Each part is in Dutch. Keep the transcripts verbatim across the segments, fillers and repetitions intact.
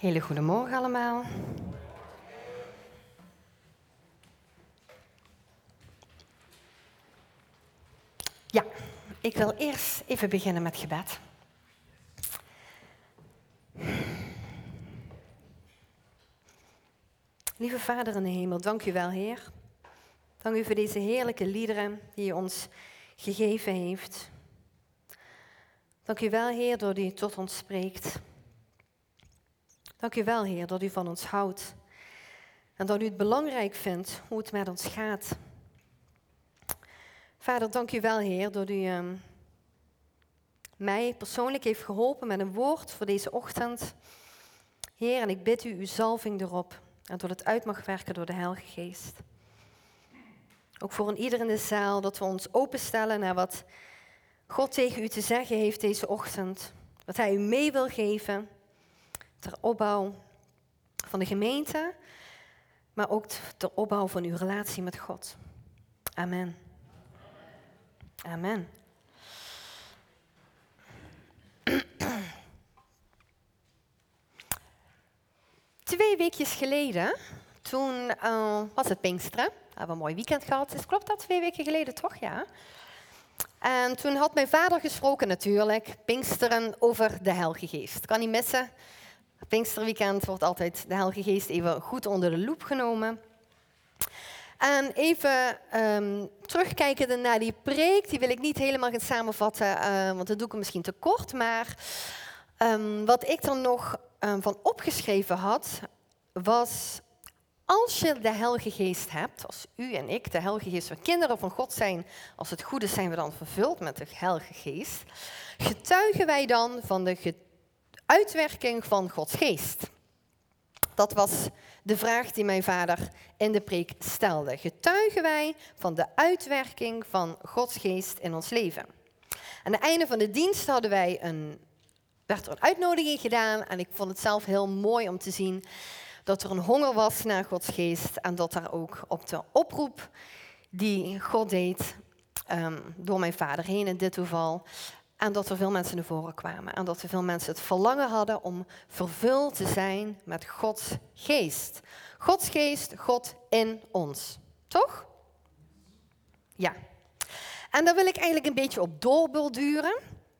Hele goedemorgen allemaal. Ja, ik wil eerst even beginnen met gebed. Lieve Vader in de hemel, dank u wel, Heer. Dank u voor deze heerlijke liederen die u ons gegeven heeft. Dank u wel, Heer, dat u tot ons spreekt. Dank u wel, Heer, dat u van ons houdt. En dat u het belangrijk vindt hoe het met ons gaat. Vader, dank u wel, Heer, dat u um, mij persoonlijk heeft geholpen met een woord voor deze ochtend. Heer, en ik bid u uw zalving erop. En dat het uit mag werken door de Heilige Geest. Ook voor een ieder in de zaal, dat we ons openstellen naar wat God tegen u te zeggen heeft deze ochtend. Wat hij u mee wil geven ter opbouw van de gemeente, maar ook ter opbouw van uw relatie met God. Amen. Amen. Twee weekjes geleden, toen uh, was het Pinksteren. We hebben een mooi weekend gehad. Is, klopt dat? Twee weken geleden, toch? Ja. En toen had mijn vader gesproken natuurlijk, Pinksteren, over de Heilige Geest. Kan niet missen. Pinksterweekend wordt altijd de Heilige Geest even goed onder de loep genomen. En even um, terugkijken naar die preek, die wil ik niet helemaal gaan samenvatten, uh, want dat doe ik misschien te kort. Maar um, wat ik er nog um, van opgeschreven had, was als je de Heilige Geest hebt, als u en ik de Heilige Geest, we kinderen van God zijn, als het goed is zijn we dan vervuld met de Heilige Geest, getuigen wij dan van de uitwerking van Gods Geest? Dat was de vraag die mijn vader in de preek stelde. Getuigen wij van de uitwerking van Gods Geest in ons leven? Aan het einde van de dienst hadden wij een, werd er een uitnodiging gedaan en ik vond het zelf heel mooi om te zien dat er een honger was naar Gods Geest en dat daar ook op de oproep die God deed, um, door mijn vader heen in dit geval, en dat er veel mensen naar voren kwamen. En dat er veel mensen het verlangen hadden om vervuld te zijn met Gods Geest. Gods Geest, God in ons. Toch? Ja. En daar wil ik eigenlijk een beetje op doorborduren.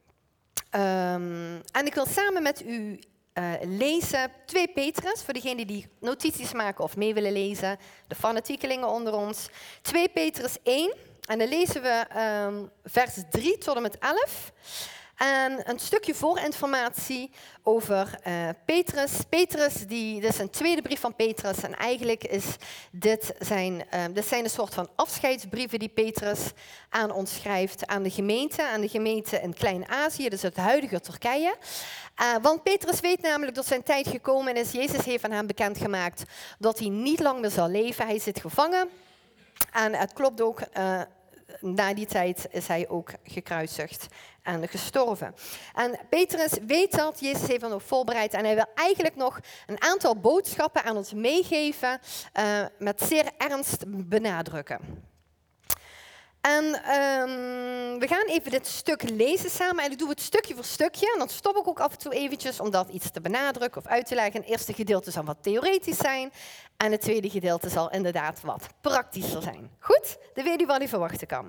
Um, en ik wil samen met u uh, lezen twee Petrus, voor degenen die notities maken of mee willen lezen, de fanatiekelingen onder ons. twee Petrus één. En dan lezen we um, vers drie tot en met elf. En een stukje voorinformatie over uh, Petrus. Petrus, die, dit is een tweede brief van Petrus. En eigenlijk is dit zijn, uh, dit zijn een soort van afscheidsbrieven die Petrus aan ons schrijft. Aan de gemeente, aan de gemeente in Klein-Azië, dus het huidige Turkije. Uh, want Petrus weet namelijk dat zijn tijd gekomen is. Jezus heeft aan hem bekendgemaakt dat hij niet lang meer zal leven. Hij zit gevangen. En het klopt ook, uh, na die tijd is hij ook gekruisigd en gestorven. En Petrus weet dat, Jezus heeft hem nog voorbereid en hij wil eigenlijk nog een aantal boodschappen aan ons meegeven, uh, met zeer ernst benadrukken. En um, we gaan even dit stuk lezen samen en ik doe het stukje voor stukje. En dan stop ik ook af en toe eventjes om dat iets te benadrukken of uit te leggen. Het eerste gedeelte zal wat theoretisch zijn en het tweede gedeelte zal inderdaad wat praktischer zijn. Goed? Dan weet u wat u verwachten kan.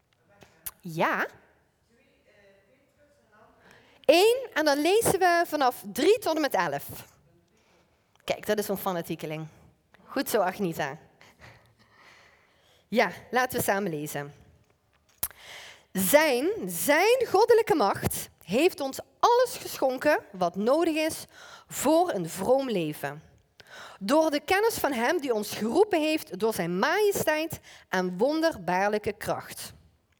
Ja. Eén, en dan lezen we vanaf drie tot en met elf. Kijk, dat is zo'n fanatiekeling. Goed zo, Agnita. Ja, laten we samen lezen. Zijn, zijn goddelijke macht heeft ons alles geschonken wat nodig is voor een vroom leven. Door de kennis van hem die ons geroepen heeft door zijn majesteit en wonderbaarlijke kracht.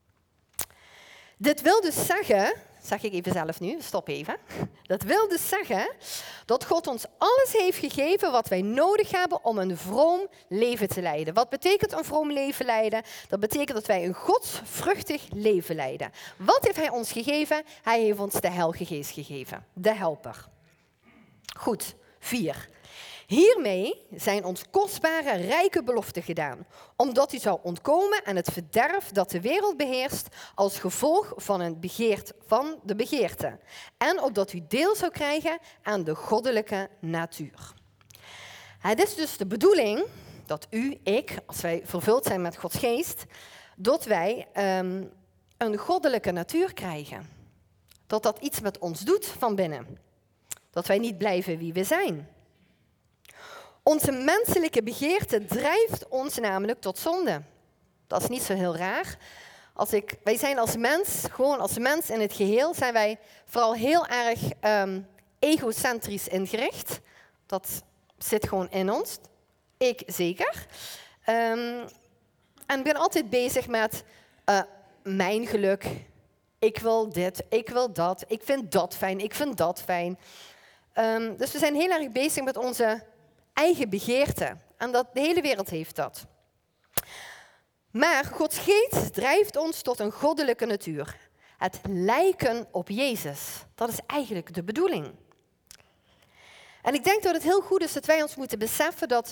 Dit wil dus zeggen, zeg ik even zelf nu, stop even. Dat wil dus zeggen dat God ons alles heeft gegeven wat wij nodig hebben om een vroom leven te leiden. Wat betekent een vroom leven leiden? Dat betekent dat wij een godsvruchtig leven leiden. Wat heeft hij ons gegeven? Hij heeft ons de Heilige Geest gegeven, de helper. Goed, vier. Hiermee zijn ons kostbare, rijke beloften gedaan, omdat u zou ontkomen aan het verderf dat de wereld beheerst als gevolg van, een begeert, van de begeerte. En opdat u deel zou krijgen aan de goddelijke natuur. Het is dus de bedoeling dat u, ik, als wij vervuld zijn met Gods geest, dat wij um, een goddelijke natuur krijgen. Dat dat iets met ons doet van binnen. Dat wij niet blijven wie we zijn. Onze menselijke begeerte drijft ons namelijk tot zonde. Dat is niet zo heel raar. Als ik, wij zijn als mens, gewoon als mens in het geheel, zijn wij vooral heel erg um, egocentrisch ingericht. Dat zit gewoon in ons. Ik zeker. Um, en ik ben altijd bezig met uh, mijn geluk. Ik wil dit, ik wil dat, ik vind dat fijn, ik vind dat fijn. Um, dus we zijn heel erg bezig met onze eigen begeerte. En dat, de hele wereld heeft dat. Maar Gods geest drijft ons tot een goddelijke natuur. Het lijken op Jezus. Dat is eigenlijk de bedoeling. En ik denk dat het heel goed is dat wij ons moeten beseffen dat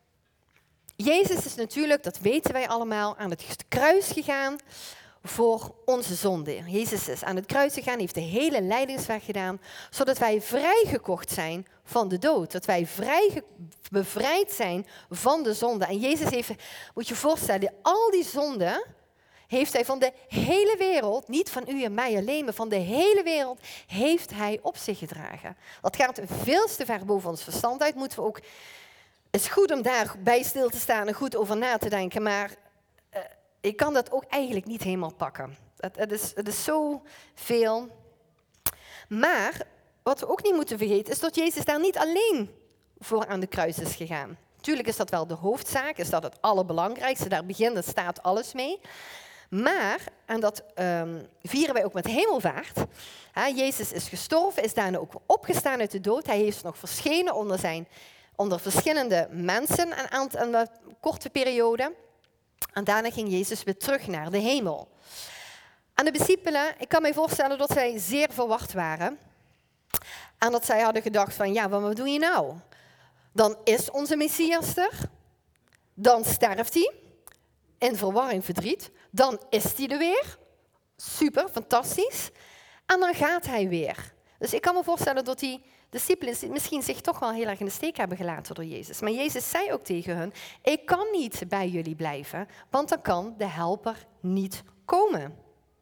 Jezus is natuurlijk, dat weten wij allemaal, aan het kruis gegaan voor onze zonde. Jezus is aan het kruis gegaan, heeft de hele lijdingsweg gedaan, zodat wij vrijgekocht zijn van de dood. Dat wij vrij, bevrijd zijn van de zonde. En Jezus heeft, moet je je voorstellen, al die zonden heeft hij van de hele wereld, niet van u en mij alleen, maar van de hele wereld, heeft hij op zich gedragen. Dat gaat veel te ver boven ons verstand uit. Moeten we ook, het is goed om daarbij stil te staan en goed over na te denken, maar uh, ik kan dat ook eigenlijk niet helemaal pakken. Het, het, is, het is zo veel. Maar wat we ook niet moeten vergeten, is dat Jezus daar niet alleen voor aan de kruis is gegaan. Tuurlijk is dat wel de hoofdzaak, is dat het allerbelangrijkste, daar begint en staat alles mee. Maar, en dat um, vieren wij ook met hemelvaart, hè, Jezus is gestorven, is daarna ook opgestaan uit de dood. Hij heeft nog verschenen onder, zijn, onder verschillende mensen aan een korte periode. En daarna ging Jezus weer terug naar de hemel. En de discipelen, ik kan me voorstellen dat zij zeer verward waren. En dat zij hadden gedacht van, ja, wat doe je nou? Dan is onze Messias er. Dan sterft hij. In verwarring, verdriet. Dan is hij er weer. Super, fantastisch. En dan gaat hij weer. Dus ik kan me voorstellen dat die discipelen misschien zich toch wel heel erg in de steek hebben gelaten door Jezus. Maar Jezus zei ook tegen hen, ik kan niet bij jullie blijven, want dan kan de helper niet komen.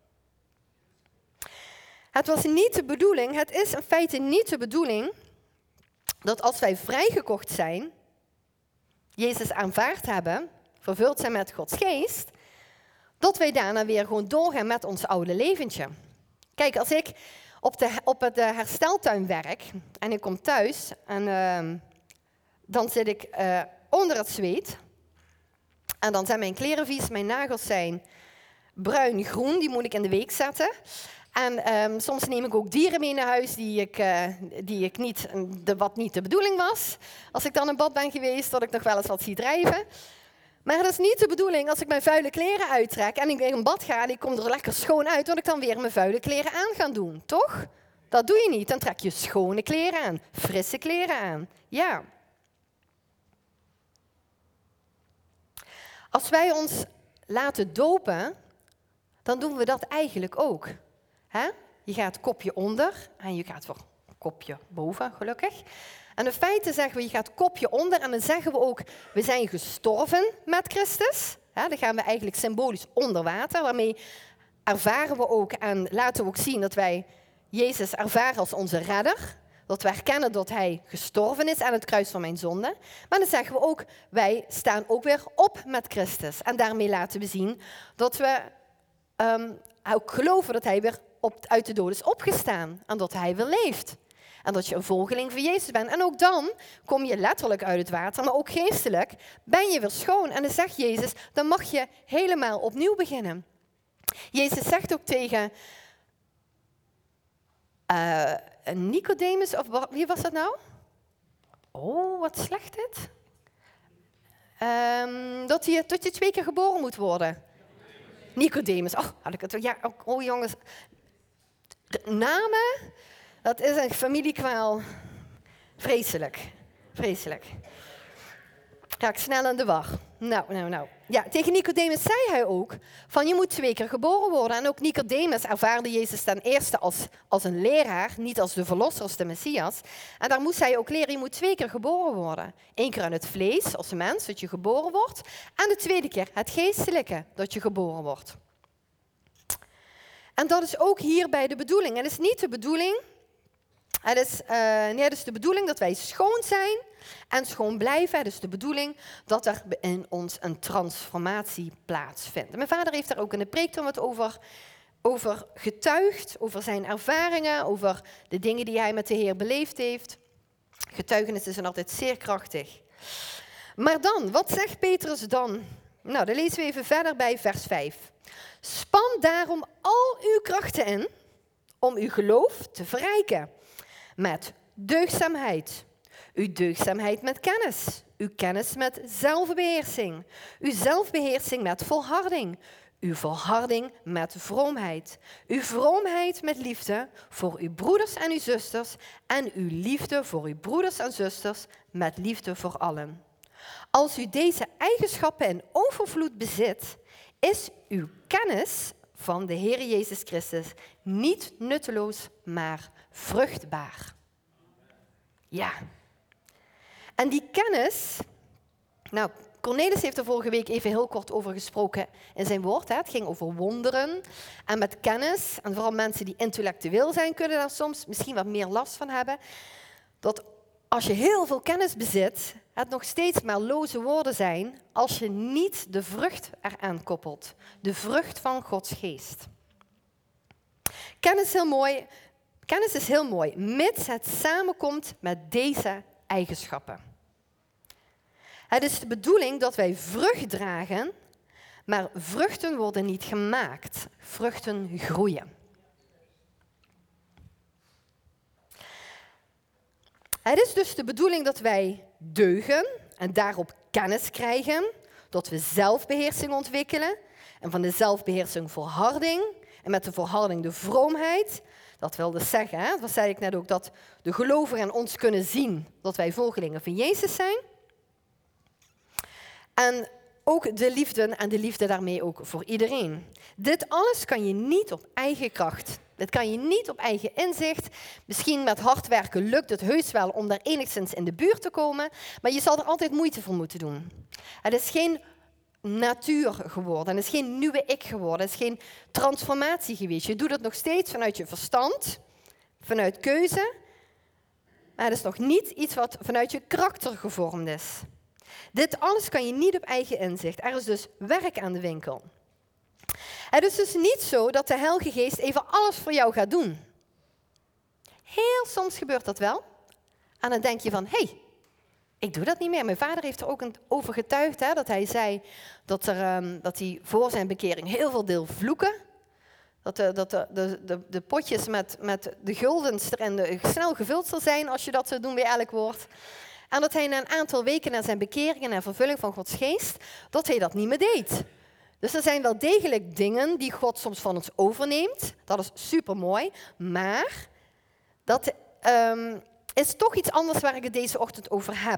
Het was niet de bedoeling, het is in feite niet de bedoeling, dat als wij vrijgekocht zijn, Jezus aanvaard hebben, vervuld zijn met Gods geest, dat wij daarna weer gewoon doorgaan met ons oude leventje. Kijk, als ik op, de, op het hersteltuin werk en ik kom thuis en uh, dan zit ik uh, onder het zweet en dan zijn mijn kleren vies, mijn nagels zijn bruin-groen, die moet ik in de week zetten. En um, soms neem ik ook dieren mee naar huis die ik, uh, die ik niet, de, wat niet de bedoeling was. Als ik dan in bad ben geweest, dat ik nog wel eens wat zie drijven. Maar dat is niet de bedoeling als ik mijn vuile kleren uittrek en ik weer in bad ga en ik kom er lekker schoon uit, dat ik dan weer mijn vuile kleren aan ga doen, toch? Dat doe je niet. Dan trek je schone kleren aan, frisse kleren aan. Ja. Als wij ons laten dopen, dan doen we dat eigenlijk ook. He? Je gaat kopje onder en je gaat voor kopje boven, gelukkig. En in feite zeggen we, je gaat kopje onder en dan zeggen we ook, we zijn gestorven met Christus. He, dan gaan we eigenlijk symbolisch onder water. Daarmee ervaren we ook en laten we ook zien dat wij Jezus ervaren als onze redder. Dat we erkennen dat hij gestorven is aan het kruis van mijn zonde. Maar dan zeggen we ook, wij staan ook weer op met Christus. En daarmee laten we zien dat we um, ook geloven dat hij weer op, uit de dood is opgestaan. En dat hij weer leeft. En dat je een volgeling van Jezus bent. En ook dan kom je letterlijk uit het water, maar ook geestelijk ben je weer schoon. En dan zegt Jezus, dan mag je helemaal opnieuw beginnen. Jezus zegt ook tegen uh, Nicodemus, of wie was dat nou? Oh, wat slecht dit. Um, dat, je, dat je twee keer geboren moet worden. Nicodemus. Oh, had ik het. Ja, oh jongens. De namen, dat is een familiekwaal. Vreselijk. Vreselijk. Ga ik snel aan de war. Nou, nou, nou. Ja, tegen Nicodemus zei hij ook van je moet twee keer geboren worden. En ook Nicodemus ervaarde Jezus ten eerste als, als een leraar, niet als de verlosser, als de Messias. En daar moest hij ook leren, je moet twee keer geboren worden. Eén keer aan het vlees, als mens, dat je geboren wordt. En de tweede keer het geestelijke, dat je geboren wordt. En dat is ook hierbij de bedoeling. Het is niet de bedoeling, het is, uh, nee, het is de bedoeling dat wij schoon zijn en schoon blijven. Het is de bedoeling dat er in ons een transformatie plaatsvindt. Mijn vader heeft daar ook in de preek wat over, over getuigd, over zijn ervaringen, over de dingen die hij met de Heer beleefd heeft. Getuigenis is altijd zeer krachtig. Maar dan, wat zegt Petrus dan? Nou, dan lezen we even verder bij vers vijf. Span daarom al uw krachten in om uw geloof te verrijken met deugdzaamheid. Uw deugdzaamheid met kennis. Uw kennis met zelfbeheersing. Uw zelfbeheersing met volharding. Uw volharding met vroomheid. Uw vroomheid met liefde voor uw broeders en uw zusters. En uw liefde voor uw broeders en zusters met liefde voor allen. Als u deze eigenschappen in overvloed bezit, is uw kennis van de Heer Jezus Christus niet nutteloos, maar vruchtbaar. Ja. En die kennis, nou, Cornelis heeft er vorige week even heel kort over gesproken in zijn woord. Hè. Het ging over wonderen en met kennis. En vooral mensen die intellectueel zijn, kunnen daar soms misschien wat meer last van hebben. Dat als je heel veel kennis bezit, het nog steeds maar loze woorden zijn als je niet de vrucht eraan koppelt. De vrucht van Gods geest. Kennis is heel mooi, kennis is heel mooi, mits het samenkomt met deze eigenschappen. Het is de bedoeling dat wij vrucht dragen, maar vruchten worden niet gemaakt. Vruchten groeien. Het is dus de bedoeling dat wij deugen en daarop kennis krijgen, dat we zelfbeheersing ontwikkelen en van de zelfbeheersing volharding en met de volharding de vroomheid. Dat wil dus zeggen, hè, dat zei ik net ook, dat de gelovigen ons kunnen zien dat wij volgelingen van Jezus zijn. En ook de liefde en de liefde daarmee ook voor iedereen. Dit alles kan je niet op eigen kracht. Dit kan je niet op eigen inzicht. Misschien met hard werken lukt het heus wel om daar enigszins in de buurt te komen, maar je zal er altijd moeite voor moeten doen. Het is geen natuur geworden, het is geen nieuwe ik geworden, het is geen transformatie geweest. Je doet het nog steeds vanuit je verstand, vanuit keuze, maar het is nog niet iets wat vanuit je karakter gevormd is. Dit alles kan je niet op eigen inzicht. Er is dus werk aan de winkel. Het is dus niet zo dat de Heilige Geest even alles voor jou gaat doen. Heel soms gebeurt dat wel. En dan denk je van, hé, hey, ik doe dat niet meer. Mijn vader heeft er ook over getuigd, hè, dat hij zei dat, er, um, dat hij voor zijn bekering heel veel deel vloeken. Dat de, dat de, de, de, de potjes met, met de guldens erin snel gevuld zal zijn als je dat zou doen bij elk woord. En dat hij na een aantal weken na zijn bekering en vervulling van Gods geest, dat hij dat niet meer deed. Dus er zijn wel degelijk dingen die God soms van ons overneemt. Dat is supermooi. Maar dat um, is toch iets anders waar ik het deze ochtend over heb.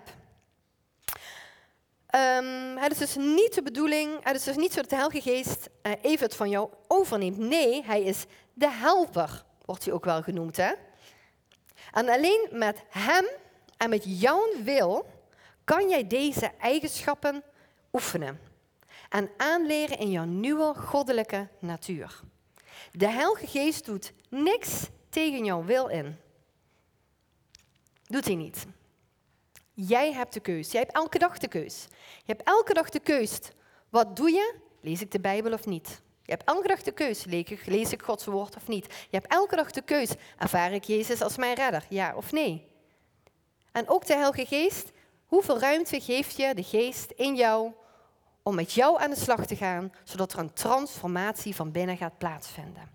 Um, het is dus niet de bedoeling, het is dus niet zo dat de Heilige Geest uh, even het van jou overneemt. Nee, hij is de helper, wordt hij ook wel genoemd. Hè? En alleen met hem en met jouw wil kan jij deze eigenschappen oefenen en aanleren in jouw nieuwe goddelijke natuur. De Heilige Geest doet niks tegen jouw wil in. Doet hij niet. Jij hebt de keus. Jij hebt elke dag de keus. Je hebt elke dag de keus. Wat doe je? Lees ik de Bijbel of niet? Je hebt elke dag de keus. Lees ik Gods woord of niet? Je hebt elke dag de keus. Ervaar ik Jezus als mijn redder? Ja of nee? En ook de Heilige Geest. Hoeveel ruimte geeft je de Geest in jou om met jou aan de slag te gaan, zodat er een transformatie van binnen gaat plaatsvinden?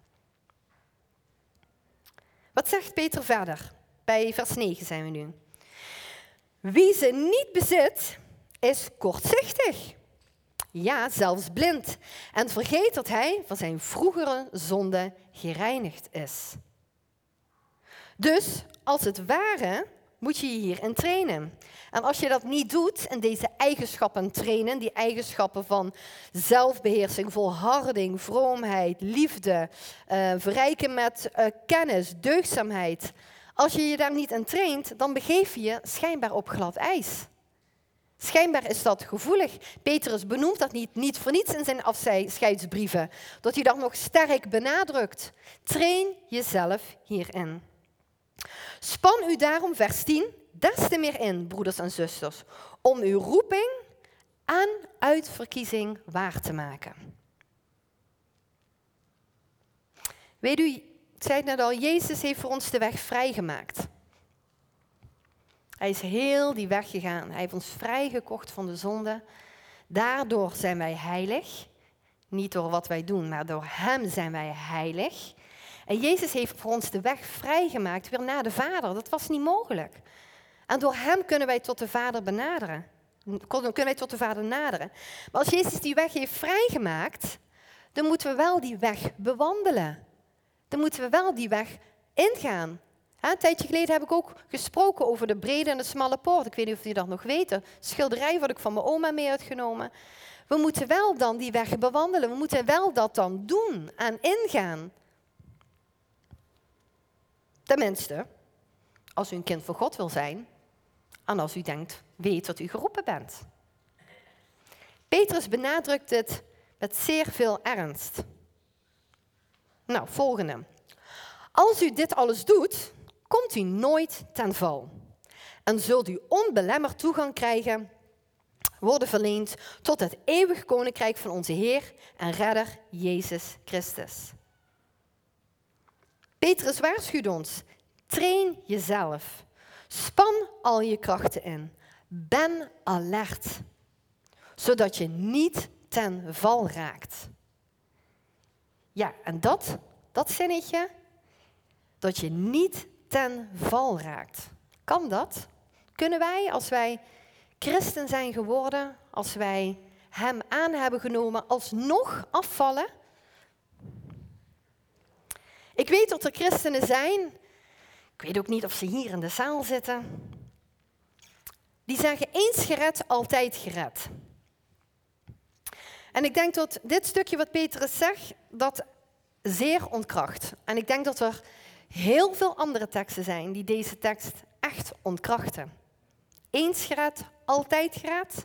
Wat zegt Peter verder? Bij vers negen zijn we nu. Wie ze niet bezit, is kortzichtig. Ja, zelfs blind. En vergeet dat hij van zijn vroegere zonde gereinigd is. Dus, als het ware, moet je je hierin trainen. En als je dat niet doet, en deze eigenschappen trainen, die eigenschappen van zelfbeheersing, volharding, vroomheid, liefde, uh, verrijken met uh, kennis, deugdzaamheid. Als je je daar niet in traint, dan begeef je je schijnbaar op glad ijs. Schijnbaar is dat gevoelig. Petrus benoemt dat niet, niet voor niets in zijn afscheidsbrieven. Dat hij dat nog sterk benadrukt. Train jezelf hierin. Span u daarom, vers tien, des te meer in, broeders en zusters, om uw roeping en uitverkiezing waar te maken. Weet u, ik zei het net al, Jezus heeft voor ons de weg vrijgemaakt. Hij is heel die weg gegaan. Hij heeft ons vrijgekocht van de zonde. Daardoor zijn wij heilig. Niet door wat wij doen, maar door hem zijn wij heilig. En Jezus heeft voor ons de weg vrijgemaakt weer naar de Vader. Dat was niet mogelijk. En door hem kunnen wij tot de Vader benaderen. Kunnen wij tot de Vader naderen. Maar als Jezus die weg heeft vrijgemaakt, dan moeten we wel die weg bewandelen. Dan moeten we wel die weg ingaan. Een tijdje geleden heb ik ook gesproken over de brede en de smalle poort. Ik weet niet of jullie dat nog weten. Schilderij wat ik van mijn oma mee had genomen. We moeten wel dan die weg bewandelen. We moeten wel dat dan doen en ingaan. Tenminste, als u een kind van God wil zijn en als u denkt, weet dat u geroepen bent. Petrus benadrukt dit met zeer veel ernst. Nou, volgende. Als u dit alles doet, komt u nooit ten val. En zult u onbelemmerd toegang krijgen, worden verleend tot het eeuwig koninkrijk van onze Heer en Redder Jezus Christus. Petrus waarschuwt ons, train jezelf. Span al je krachten in. Ben alert, zodat je niet ten val raakt. Ja, en dat, dat zinnetje, dat je niet ten val raakt. Kan dat? Kunnen wij, als wij christen zijn geworden, als wij hem aan hebben genomen, alsnog afvallen? Ik weet dat er christenen zijn, ik weet ook niet of ze hier in de zaal zitten, die zeggen eens gered, altijd gered. En ik denk dat dit stukje wat Petrus zegt, dat zeer ontkracht. En ik denk dat er heel veel andere teksten zijn die deze tekst echt ontkrachten. Eens gered, altijd gered.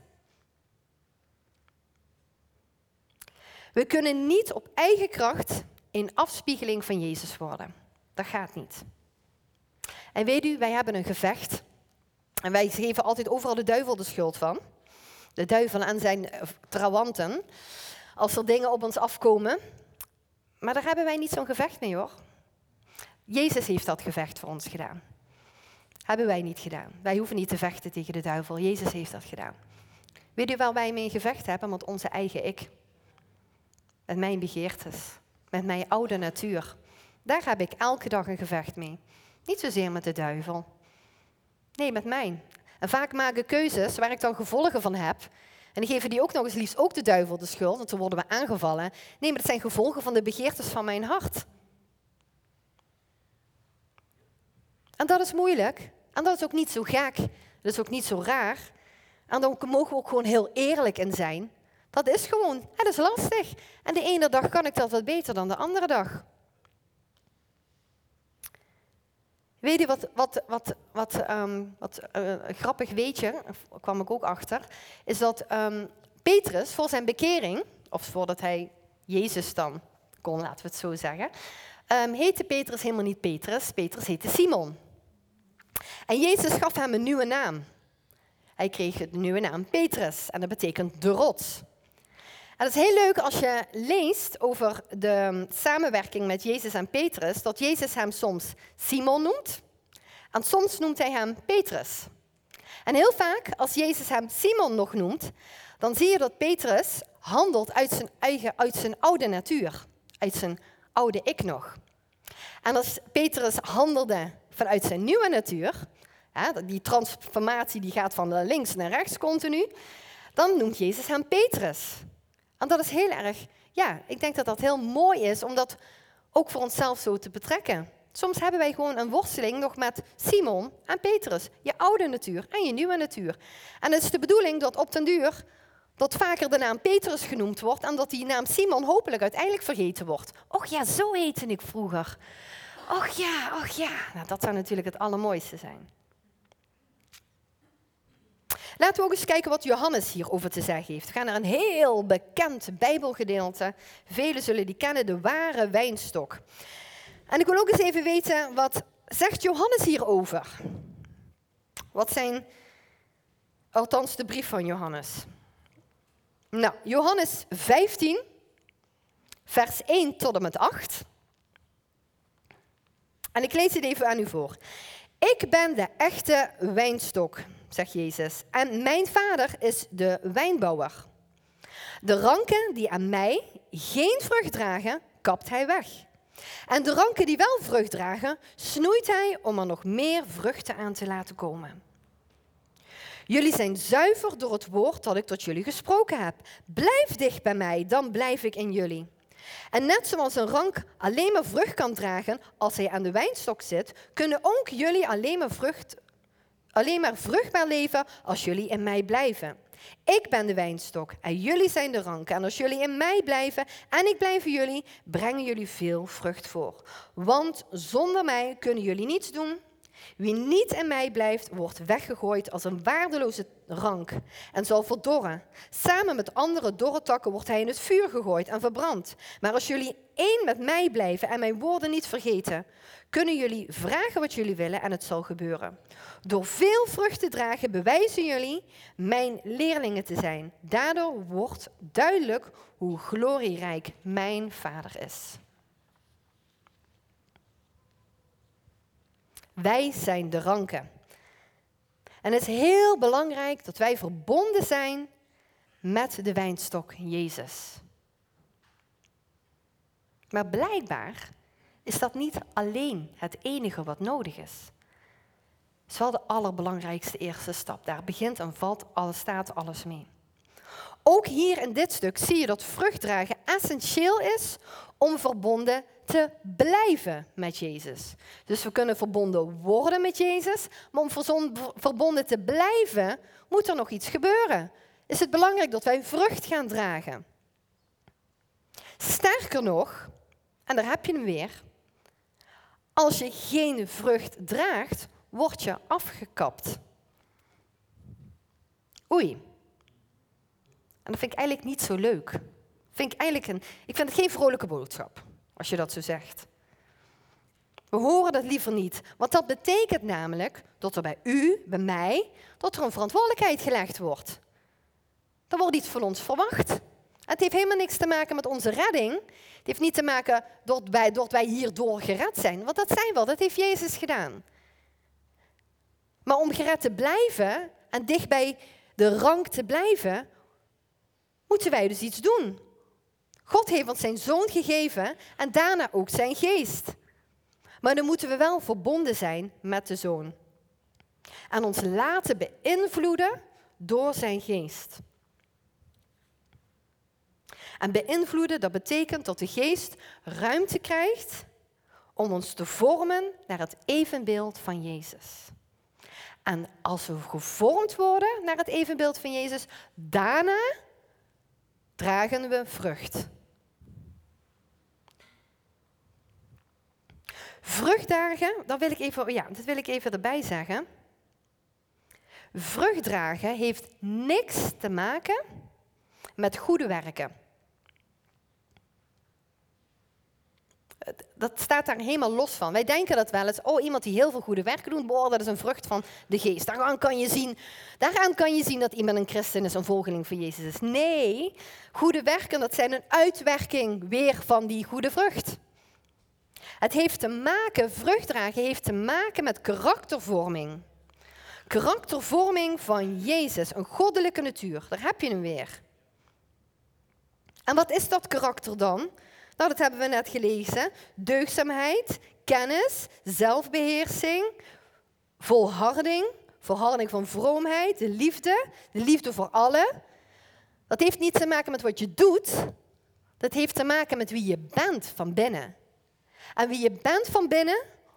We kunnen niet op eigen kracht een afspiegeling van Jezus worden. Dat gaat niet. En weet u, wij hebben een gevecht. En wij geven altijd overal de duivel de schuld van. De duivel en zijn trawanten. Als er dingen op ons afkomen. Maar daar hebben wij niet zo'n gevecht mee, hoor. Jezus heeft dat gevecht voor ons gedaan. Hebben wij niet gedaan. Wij hoeven niet te vechten tegen de duivel. Jezus heeft dat gedaan. Weet u waar wij mee een gevecht hebben? Met onze eigen ik. Met mijn begeertes. Met mijn oude natuur. Daar heb ik elke dag een gevecht mee. Niet zozeer met de duivel. Nee, met mij. En vaak maak ik keuzes waar ik dan gevolgen van heb. En die geven die ook nog eens liefst ook de duivel de schuld, want dan worden we aangevallen. Nee, maar dat zijn gevolgen van de begeertes van mijn hart. En dat is moeilijk. En dat is ook niet zo gek. Dat is ook niet zo raar. En daar mogen we ook gewoon heel eerlijk in zijn. Dat is gewoon, dat is lastig. En de ene dag kan ik dat wat beter dan de andere dag. Weet je wat, wat, wat, wat, um, wat uh, grappig weetje, daar kwam ik ook achter, is dat um, Petrus voor zijn bekering, of voordat hij Jezus dan kon, laten we het zo zeggen, um, heette Petrus helemaal niet Petrus, Petrus heette Simon. En Jezus gaf hem een nieuwe naam. Hij kreeg de nieuwe naam Petrus en dat betekent de rots. En het is heel leuk als je leest over de samenwerking met Jezus en Petrus, dat Jezus hem soms Simon noemt en soms noemt hij hem Petrus. En heel vaak als Jezus hem Simon nog noemt, dan zie je dat Petrus handelt uit zijn, eigen, uit zijn oude natuur, uit zijn oude ik nog. En als Petrus handelde vanuit zijn nieuwe natuur, die transformatie die gaat van links naar rechts continu, dan noemt Jezus hem Petrus. En dat is heel erg, ja, ik denk dat dat heel mooi is om dat ook voor onszelf zo te betrekken. Soms hebben wij gewoon een worsteling nog met Simon en Petrus. Je oude natuur en je nieuwe natuur. En het is de bedoeling dat op den duur dat vaker de naam Petrus genoemd wordt en dat die naam Simon hopelijk uiteindelijk vergeten wordt. Och ja, zo heette ik vroeger. Och ja, och ja. Nou, dat zou natuurlijk het allermooiste zijn. Laten we ook eens kijken wat Johannes hierover te zeggen heeft. We gaan naar een heel bekend Bijbelgedeelte. Velen zullen die kennen, de ware wijnstok. En ik wil ook eens even weten, wat zegt Johannes hierover? Wat zijn, althans de brief van Johannes. Nou, Johannes vijftien, vers één tot en met acht. En ik lees het even aan u voor. Ik ben de echte wijnstok, zegt Jezus, en mijn vader is de wijnbouwer. De ranken die aan mij geen vrucht dragen, kapt hij weg. En de ranken die wel vrucht dragen, snoeit hij om er nog meer vruchten aan te laten komen. Jullie zijn zuiver door het woord dat ik tot jullie gesproken heb. Blijf dicht bij mij, dan blijf ik in jullie. En net zoals een rank alleen maar vrucht kan dragen als hij aan de wijnstok zit, kunnen ook jullie alleen maar, vrucht, alleen maar vruchtbaar leven als jullie in mij blijven. Ik ben de wijnstok en jullie zijn de ranken. En als jullie in mij blijven en ik blijf in jullie, brengen jullie veel vrucht voor. Want zonder mij kunnen jullie niets doen. Wie niet in mij blijft, wordt weggegooid als een waardeloze rank en zal verdorren. Samen met andere dorre takken wordt hij in het vuur gegooid en verbrand. Maar als jullie één met mij blijven en mijn woorden niet vergeten, kunnen jullie vragen wat jullie willen en het zal gebeuren. Door veel vrucht te dragen bewijzen jullie mijn leerlingen te zijn. Daardoor wordt duidelijk hoe glorierijk mijn Vader is. Wij zijn de ranken. En het is heel belangrijk dat wij verbonden zijn met de wijnstok Jezus. Maar blijkbaar is dat niet alleen het enige wat nodig is. Het is wel de allerbelangrijkste eerste stap. Daar begint en valt alles, staat alles mee. Ook hier in dit stuk zie je dat vruchtdragen essentieel is om verbonden te blijven met Jezus. Dus we kunnen verbonden worden met Jezus, maar om verbonden te blijven moet er nog iets gebeuren. Is het belangrijk dat wij vrucht gaan dragen. Sterker nog, en daar heb je hem weer, als je geen vrucht draagt, word je afgekapt. Oei. En dat vind ik eigenlijk niet zo leuk. Vind ik, eigenlijk een, ik vind het geen vrolijke boodschap, als je dat zo zegt. We horen dat liever niet. Want dat betekent namelijk dat er bij u, bij mij, dat er een verantwoordelijkheid gelegd wordt. Er wordt iets van ons verwacht. Het heeft helemaal niks te maken met onze redding. Het heeft niet te maken dat wij, dat wij hierdoor gered zijn. Want dat zijn we, dat heeft Jezus gedaan. Maar om gered te blijven en dicht bij de rank te blijven, moeten wij dus iets doen. God heeft ons zijn zoon gegeven en daarna ook zijn geest. Maar dan moeten we wel verbonden zijn met de zoon. En ons laten beïnvloeden door zijn geest. En beïnvloeden, dat betekent dat de geest ruimte krijgt om ons te vormen naar het evenbeeld van Jezus. En als we gevormd worden naar het evenbeeld van Jezus, daarna dragen we vrucht. Vruchtdragen, dat wil ik even, ja, dat wil ik even erbij zeggen. Vruchtdragen heeft niks te maken met goede werken. Dat staat daar helemaal los van. Wij denken dat wel eens, oh, iemand die heel veel goede werken doet, boah, dat is een vrucht van de geest. Daaraan kan je zien, daaraan kan je zien dat iemand een christen is, een volgeling van Jezus is. Nee, goede werken, dat zijn een uitwerking weer van die goede vrucht. Het heeft te maken, vruchtdragen heeft te maken met karaktervorming. Karaktervorming van Jezus, een goddelijke natuur. Daar heb je hem weer. En wat is dat karakter dan? Nou, dat hebben we net gelezen. Deugdzaamheid, kennis, zelfbeheersing, volharding, volharding van vroomheid, de liefde, de liefde voor allen. Dat heeft niet te maken met wat je doet. Dat heeft te maken met wie je bent van binnen. En wie je bent van binnen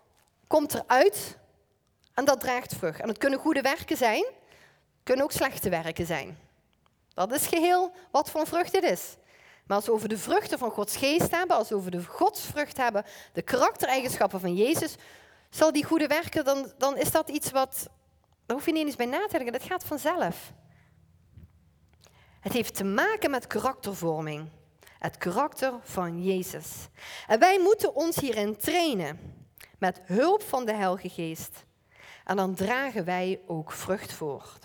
komt eruit en dat draagt vrucht. En het kunnen goede werken zijn, kunnen ook slechte werken zijn. Dat is geheel wat voor vrucht het is. Maar als we over de vruchten van Gods geest hebben, als we over de godsvrucht hebben, de karaktereigenschappen van Jezus, zal die goede werken, dan, dan is dat iets wat, daar hoef je niet eens bij na te denken, dat gaat vanzelf. Het heeft te maken met karaktervorming. Het karakter van Jezus. En wij moeten ons hierin trainen, met hulp van de Heilige Geest. En dan dragen wij ook vrucht voort.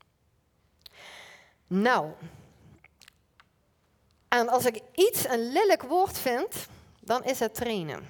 Nou, en als ik iets een lelijk woord vind, dan is het trainen.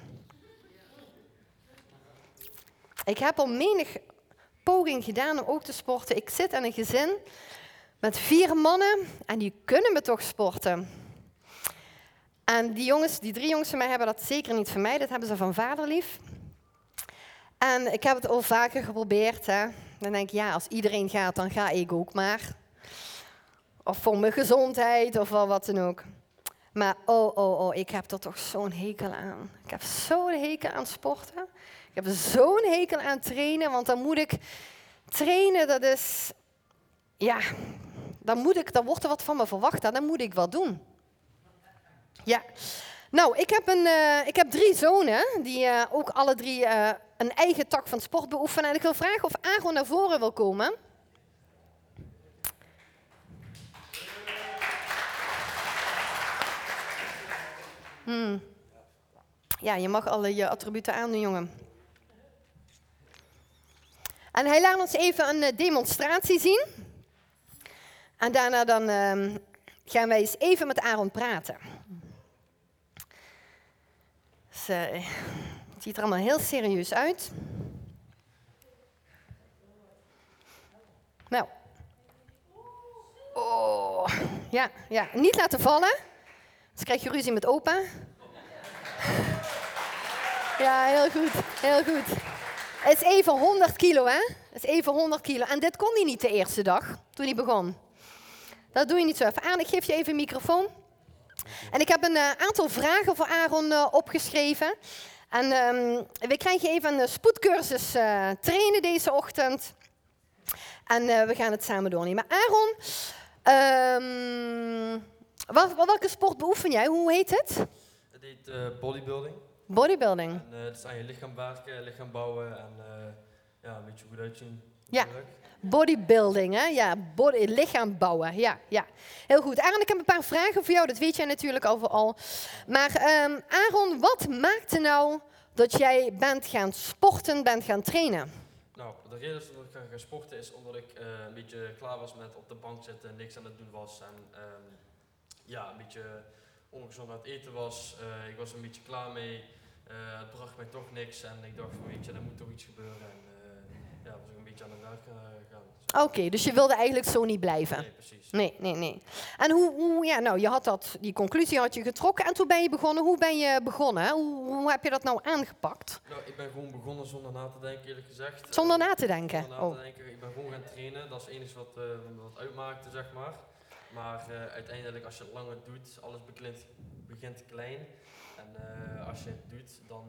Ik heb al menig poging gedaan om ook te sporten. Ik zit in een gezin met vier mannen en die kunnen me toch sporten. En die jongens, die drie jongens van mij hebben dat zeker niet van mij, dat hebben ze van vaderlief. En ik heb het al vaker geprobeerd. Hè. Dan denk ik, ja, als iedereen gaat, dan ga ik ook maar. Of voor mijn gezondheid, of wel wat dan ook. Maar oh, oh, oh, ik heb er toch zo'n hekel aan. Ik heb zo'n hekel aan sporten. Ik heb zo'n hekel aan trainen, want dan moet ik trainen, dat is, ja, dan moet ik, dan wordt er wat van me verwacht, dan moet ik wat doen. Ja, nou, ik heb, een, uh, ik heb drie zonen, die uh, ook alle drie uh, een eigen tak van sport beoefenen. En ik wil vragen of Aaron naar voren wil komen. Hmm. Ja, je mag alle je attributen aandoen, jongen. En hij laat ons even een uh, demonstratie zien. En daarna dan, uh, gaan wij eens even met Aaron praten. Dus, uh, het ziet er allemaal heel serieus uit. Nou. Oh. Ja, ja, niet laten vallen. Dus krijg je ruzie met opa. Ja, heel goed, heel goed. Het is even honderd kilo, hè? Het is even honderd kilo. En dit kon hij niet de eerste dag, toen hij begon. Dat doe je niet zo even aan. Ik geef je even een microfoon. En ik heb een uh, aantal vragen voor Aaron uh, opgeschreven. En um, we krijgen even een spoedcursus uh, trainen deze ochtend. En uh, we gaan het samen doornemen. Aaron, um, wel, welke sport beoefen jij? Hoe heet het? Het heet uh, bodybuilding. Bodybuilding. En, uh, het is aan je lichaam werken, lichaam bouwen en uh, ja, een beetje goed uitzien. Ja, bodybuilding, hè? Ja, body, lichaam bouwen. Ja, ja. Heel goed. Aaron, ik heb een paar vragen voor jou. Dat weet jij natuurlijk al al. Maar um, Aaron, wat maakte nou dat jij bent gaan sporten, bent gaan trainen? Nou, de reden dat ik ga gaan sporten is omdat ik uh, een beetje klaar was met op de bank zitten, niks aan het doen was en um, ja, een beetje ongezond aan het eten was. Uh, ik was er een beetje klaar mee. Uh, het bracht mij toch niks en ik dacht van weet je, er moet toch iets gebeuren. En, uh, ja, was ik een beetje aan het werk uh, gaan. Oké, okay, dus je wilde eigenlijk zo niet blijven? Nee, precies. Nee, nee, nee. En hoe, hoe, ja, nou, je had dat, die conclusie had je getrokken en toen ben je begonnen. Hoe ben je begonnen? Hoe, hoe heb je dat nou aangepakt? Nou, ik ben gewoon begonnen zonder na te denken, eerlijk gezegd. Zonder na te denken? Zonder na te oh. denken. Ik ben gewoon gaan trainen. Dat is het enige wat, uh, wat uitmaakte, zeg maar. Maar uh, uiteindelijk, als je het langer doet, alles begint, begint klein. En uh, als je het doet, dan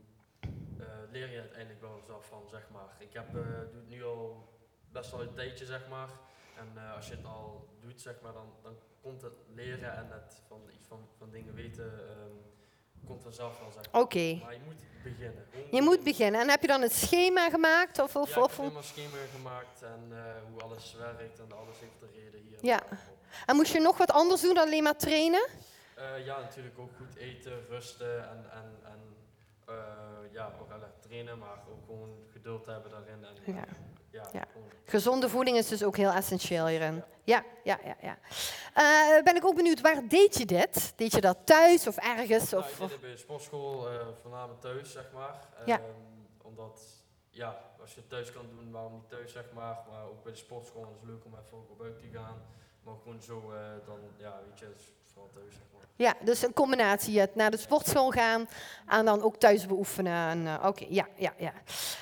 uh, leer je uiteindelijk wel zelf van, zeg maar. Ik heb, uh, doe het nu al best wel een tijdje, zeg maar. En uh, als je het al doet, zeg maar, dan, dan komt het leren en het van, iets van, van dingen weten, um, komt vanzelf wel, zeg maar. Oké. Okay. Maar je moet beginnen. Gewoon je moet beginnen. En heb je dan het schema gemaakt? Of, of, ja, ik of, heb helemaal een schema gemaakt en uh, hoe alles werkt en alles heeft de reden hier. Ja. En moest je nog wat anders doen dan alleen maar trainen? Uh, ja, natuurlijk ook goed eten, rusten en, en, en uh, ja, ook wel trainen, maar ook gewoon geduld hebben daarin. En, ja. Ja, ja. Gezonde voeding is dus ook heel essentieel hierin. Ja, ja, ja. ja. Uh, ben ik ook benieuwd, waar deed je dit? Deed je dat thuis of ergens? Nou, of, ik deed het bij de sportschool, uh, voornamelijk thuis, zeg maar. Ja. Um, omdat, ja, als je het thuis kan doen, waarom niet thuis, zeg maar. Maar ook bij de sportschool is het leuk om even op buiten te gaan. Maar gewoon zo, uh, dan, ja, weet je, is vooral thuis, zeg maar. Ja, dus een combinatie. Het naar de sportschool gaan en dan ook thuis beoefenen. Uh, Oké, okay, ja, ja, ja.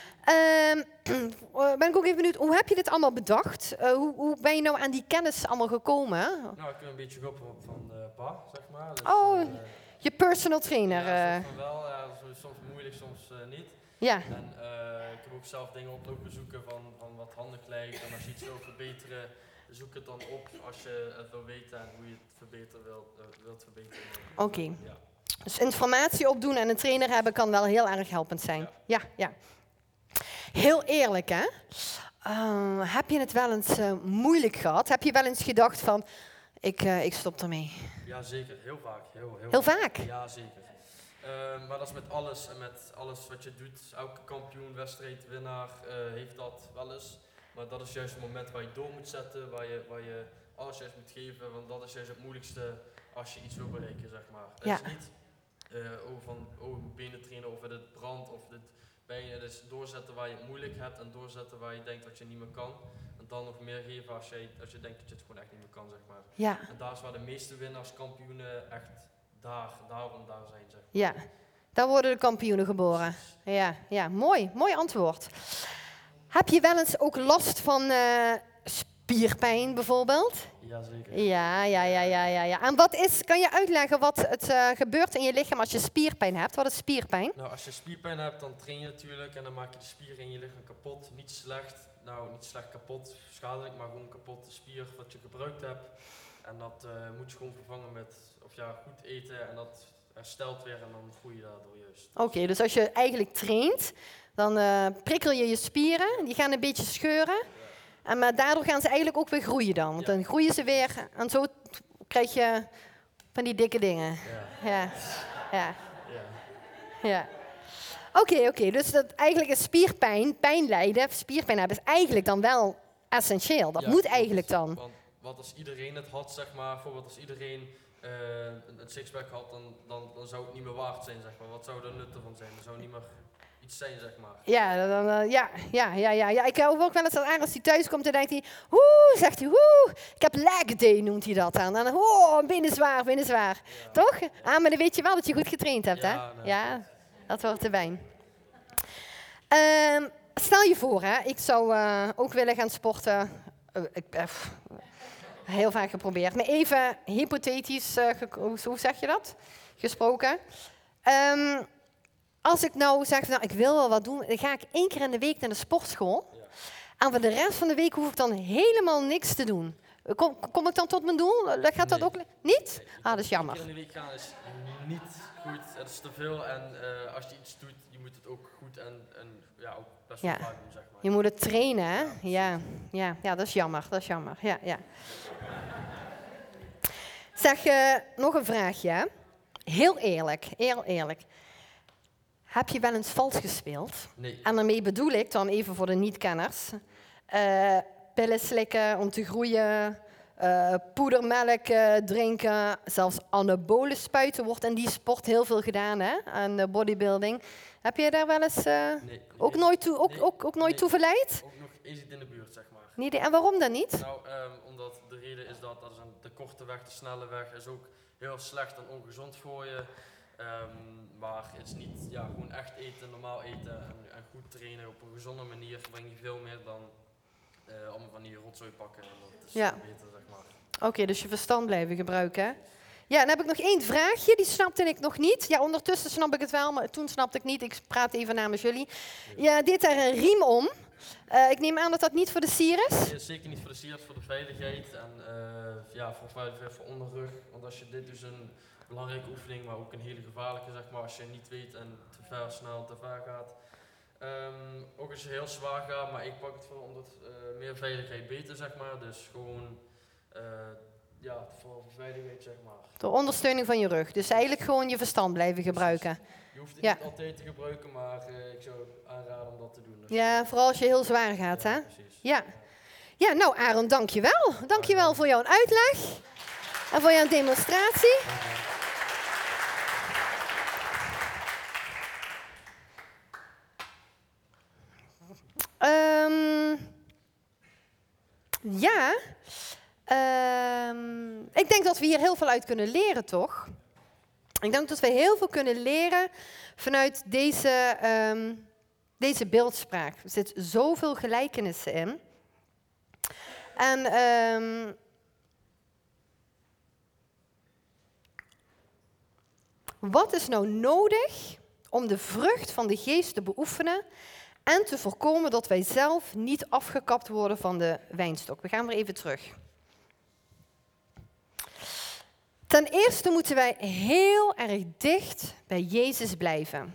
Uh, ben ik ook even benieuwd, hoe heb je dit allemaal bedacht? Uh, hoe, hoe ben je nou aan die kennis allemaal gekomen? Nou, ik heb een beetje geholpen van uh, pa, zeg maar. Dus, oh, uh, Je personal trainer. Ja, eh. soms wel. Ja, soms, soms moeilijk, soms uh, niet. Ja. En uh, ik heb ook zelf dingen oplopen zoeken van, van wat handig lijkt. En als je iets wil verbeteren, zoek het dan op als je het wil weten en hoe je het verbeteren wilt, uh, wilt verbeteren. Oké. Okay. Ja. Dus informatie opdoen en een trainer hebben kan wel heel erg helpend zijn. Ja, ja. ja. Heel eerlijk, hè? Uh, heb je het wel eens uh, moeilijk gehad? Heb je wel eens gedacht van, ik, uh, ik stop ermee? Ja, zeker. Heel vaak. Heel, heel, heel vaak? Ja, zeker. Uh, maar dat is met alles en met alles wat je doet. Elke kampioen, wedstrijd, winnaar uh, heeft dat wel eens. Maar dat is juist het moment waar je door moet zetten, waar je, waar je alles juist moet geven. Want dat is juist het moeilijkste als je iets wil bereiken, zeg maar. Ja. Het is niet uh, over van oh, benen trainen of het brandt of het pijn. Het is doorzetten waar je het moeilijk hebt en doorzetten waar je denkt dat je niet meer kan. En dan nog meer geven als je, als je denkt dat je het gewoon echt niet meer kan, zeg maar. Ja. En daar is waar de meeste winnaars, kampioenen echt daar, daarom daar zijn, zeg maar. Ja, daar worden de kampioenen geboren. Ja, ja, mooi, mooi antwoord. Heb je wel eens ook last van uh, spierpijn bijvoorbeeld? Jazeker. Ja, ja, ja, ja, ja, ja. En wat is, kan je uitleggen wat het uh, gebeurt in je lichaam als je spierpijn hebt? Wat is spierpijn? Nou, als je spierpijn hebt, dan train je natuurlijk en dan maak je de spieren in je lichaam kapot. Niet slecht, nou niet slecht kapot, schadelijk, maar gewoon kapot de spier wat je gebruikt hebt. En dat uh, moet je gewoon vervangen met, of ja, goed eten en dat herstelt weer en dan groei je daardoor juist. Oké, okay, dus als je eigenlijk traint, dan uh, prikkel je je spieren, die gaan een beetje scheuren. Ja. En maar daardoor gaan ze eigenlijk ook weer groeien dan. Want ja. dan groeien ze weer en zo krijg je van die dikke dingen. Ja. Ja. Ja. Ja. Ja. Oké, okay, oké. Okay. Dus dat eigenlijk is spierpijn, pijn lijden, spierpijn hebben is eigenlijk dan wel essentieel. Dat ja, moet eigenlijk dan. Want wat als iedereen het had, zeg maar, bijvoorbeeld als iedereen uh, een, een sixpack had, dan, dan, dan zou het niet meer waard zijn, zeg maar. Wat zou er nut ervan zijn? Er zou niet meer iets zijn, zeg maar. Ja, dan, uh, ja, ja, ja, ja, ja. Ik hoor ook wel eens dat als hij thuis komt en denkt hij, woe, zegt hij, woe, ik heb leg day, noemt hij dat aan. En dan, oh, binnen zwaar, binnen zwaar. Ja. Toch? Ja. Ah, maar dan weet je wel dat je goed getraind hebt, ja, hè? Nee. Ja, dat hoort erbij. Uh, stel je voor, hè, ik zou uh, ook willen gaan sporten. Uh, ik heb uh, heel vaak geprobeerd. Maar even hypothetisch, uh, hoe zeg je dat? Gesproken. Um, Als ik nou zeg, nou, ik wil wel wat doen, dan ga ik één keer in de week naar de sportschool. Ja. En voor de rest van de week hoef ik dan helemaal niks te doen. Kom, kom ik dan tot mijn doel? Gaat dat nee. ook niet? Nee, ah, dat is jammer. Eén keer in de week gaan is niet goed, het is te veel. En uh, als je iets doet, je moet het ook goed en, en ja, ook best wel ja. vaak doen, zeg maar. Je moet het trainen, hè? Ja, ja, ja, ja, dat is jammer, dat is jammer. Ja, ja. Zeg, uh, nog een vraagje, hè? Heel eerlijk, heel eerlijk. Heb je wel eens vals gespeeld? Nee. En daarmee bedoel ik dan even voor de niet-kenners. Uh, pillen slikken om te groeien, uh, poedermelk uh, drinken, zelfs anabolen spuiten wordt in die sport heel veel gedaan, hè? Aan uh, bodybuilding. Heb je daar wel eens uh, nee, ook nee, nooit toe, ook, nee, ook, ook nooit nee, toe verleid? Ook nog eens in de buurt, zeg maar. Nee, en waarom dan niet? Nou, um, omdat de reden is dat, dat is een, de korte weg, de snelle weg, is ook heel slecht en ongezond voor je. Um, maar het is niet ja, gewoon echt eten, normaal eten en, en goed trainen op een gezonde manier breng je veel meer dan uh, allemaal van die rotzooi pakken. En dat is ja. beter, zeg maar. Oké, okay, dus je verstand blijven gebruiken, hè? Ja, dan heb ik nog één vraagje, die snapte ik nog niet. Ja, ondertussen snap ik het wel, maar toen snapte ik niet. Ik praat even namens jullie. Je deed daar een riem om. Uh, ik neem aan dat dat niet voor de sier is? Nee, zeker niet voor de sier, het is voor de veiligheid en uh, ja, voor, voor, voor onderrug. Want als je dit dus een belangrijke oefening, maar ook een hele gevaarlijke, zeg maar, als je niet weet en te ver, snel, te ver gaat. Um, ook als je heel zwaar gaat, maar ik pak het voor omdat uh, meer veiligheid beter, zeg maar. Dus gewoon, uh, ja, voor veiligheid, zeg maar. De ondersteuning van je rug, dus eigenlijk gewoon je verstand blijven gebruiken. Je hoeft het ja. niet altijd te gebruiken, maar uh, ik zou aanraden om dat te doen. Dus ja, vooral als je heel zwaar gaat, ja, hè? Precies. Ja. Ja, nou Aaron, dank je wel. Dank je wel voor jouw uitleg en voor jouw demonstratie. Um, ja, um, ik denk dat we hier heel veel uit kunnen leren, toch? Ik denk dat we heel veel kunnen leren vanuit deze, um, deze beeldspraak. Er zit zoveel gelijkenissen in. En um, Wat is nou nodig om de vrucht van de geest te beoefenen en te voorkomen dat wij zelf niet afgekapt worden van de wijnstok? We gaan weer even terug. Ten eerste moeten wij heel erg dicht bij Jezus blijven.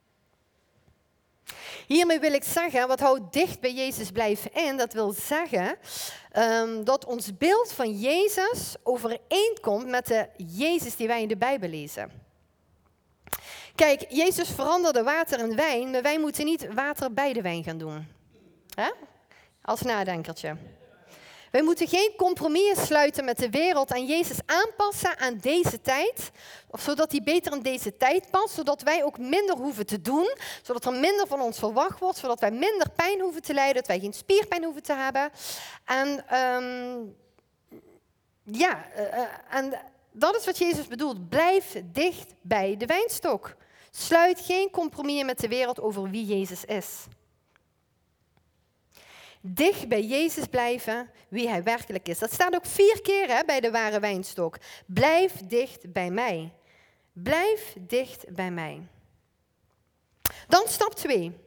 Hiermee wil ik zeggen, wat houdt dicht bij Jezus blijven in? Dat wil zeggen um, dat ons beeld van Jezus overeenkomt met de Jezus die wij in de Bijbel lezen. Kijk, Jezus veranderde water in wijn, maar wij moeten niet water bij de wijn gaan doen. Hè? Als nadenkertje. Wij moeten geen compromis sluiten met de wereld en Jezus aanpassen aan deze tijd, zodat hij beter in deze tijd past, zodat wij ook minder hoeven te doen, zodat er minder van ons verwacht wordt, zodat wij minder pijn hoeven te lijden, dat wij geen spierpijn hoeven te hebben. En um, ja, uh, en dat is wat Jezus bedoelt. Blijf dicht bij de wijnstok. Sluit geen compromis met de wereld over wie Jezus is. Dicht bij Jezus blijven, wie hij werkelijk is. Dat staat ook vier keer hè, bij de ware wijnstok. Blijf dicht bij mij. Blijf dicht bij mij. Dan stap twee.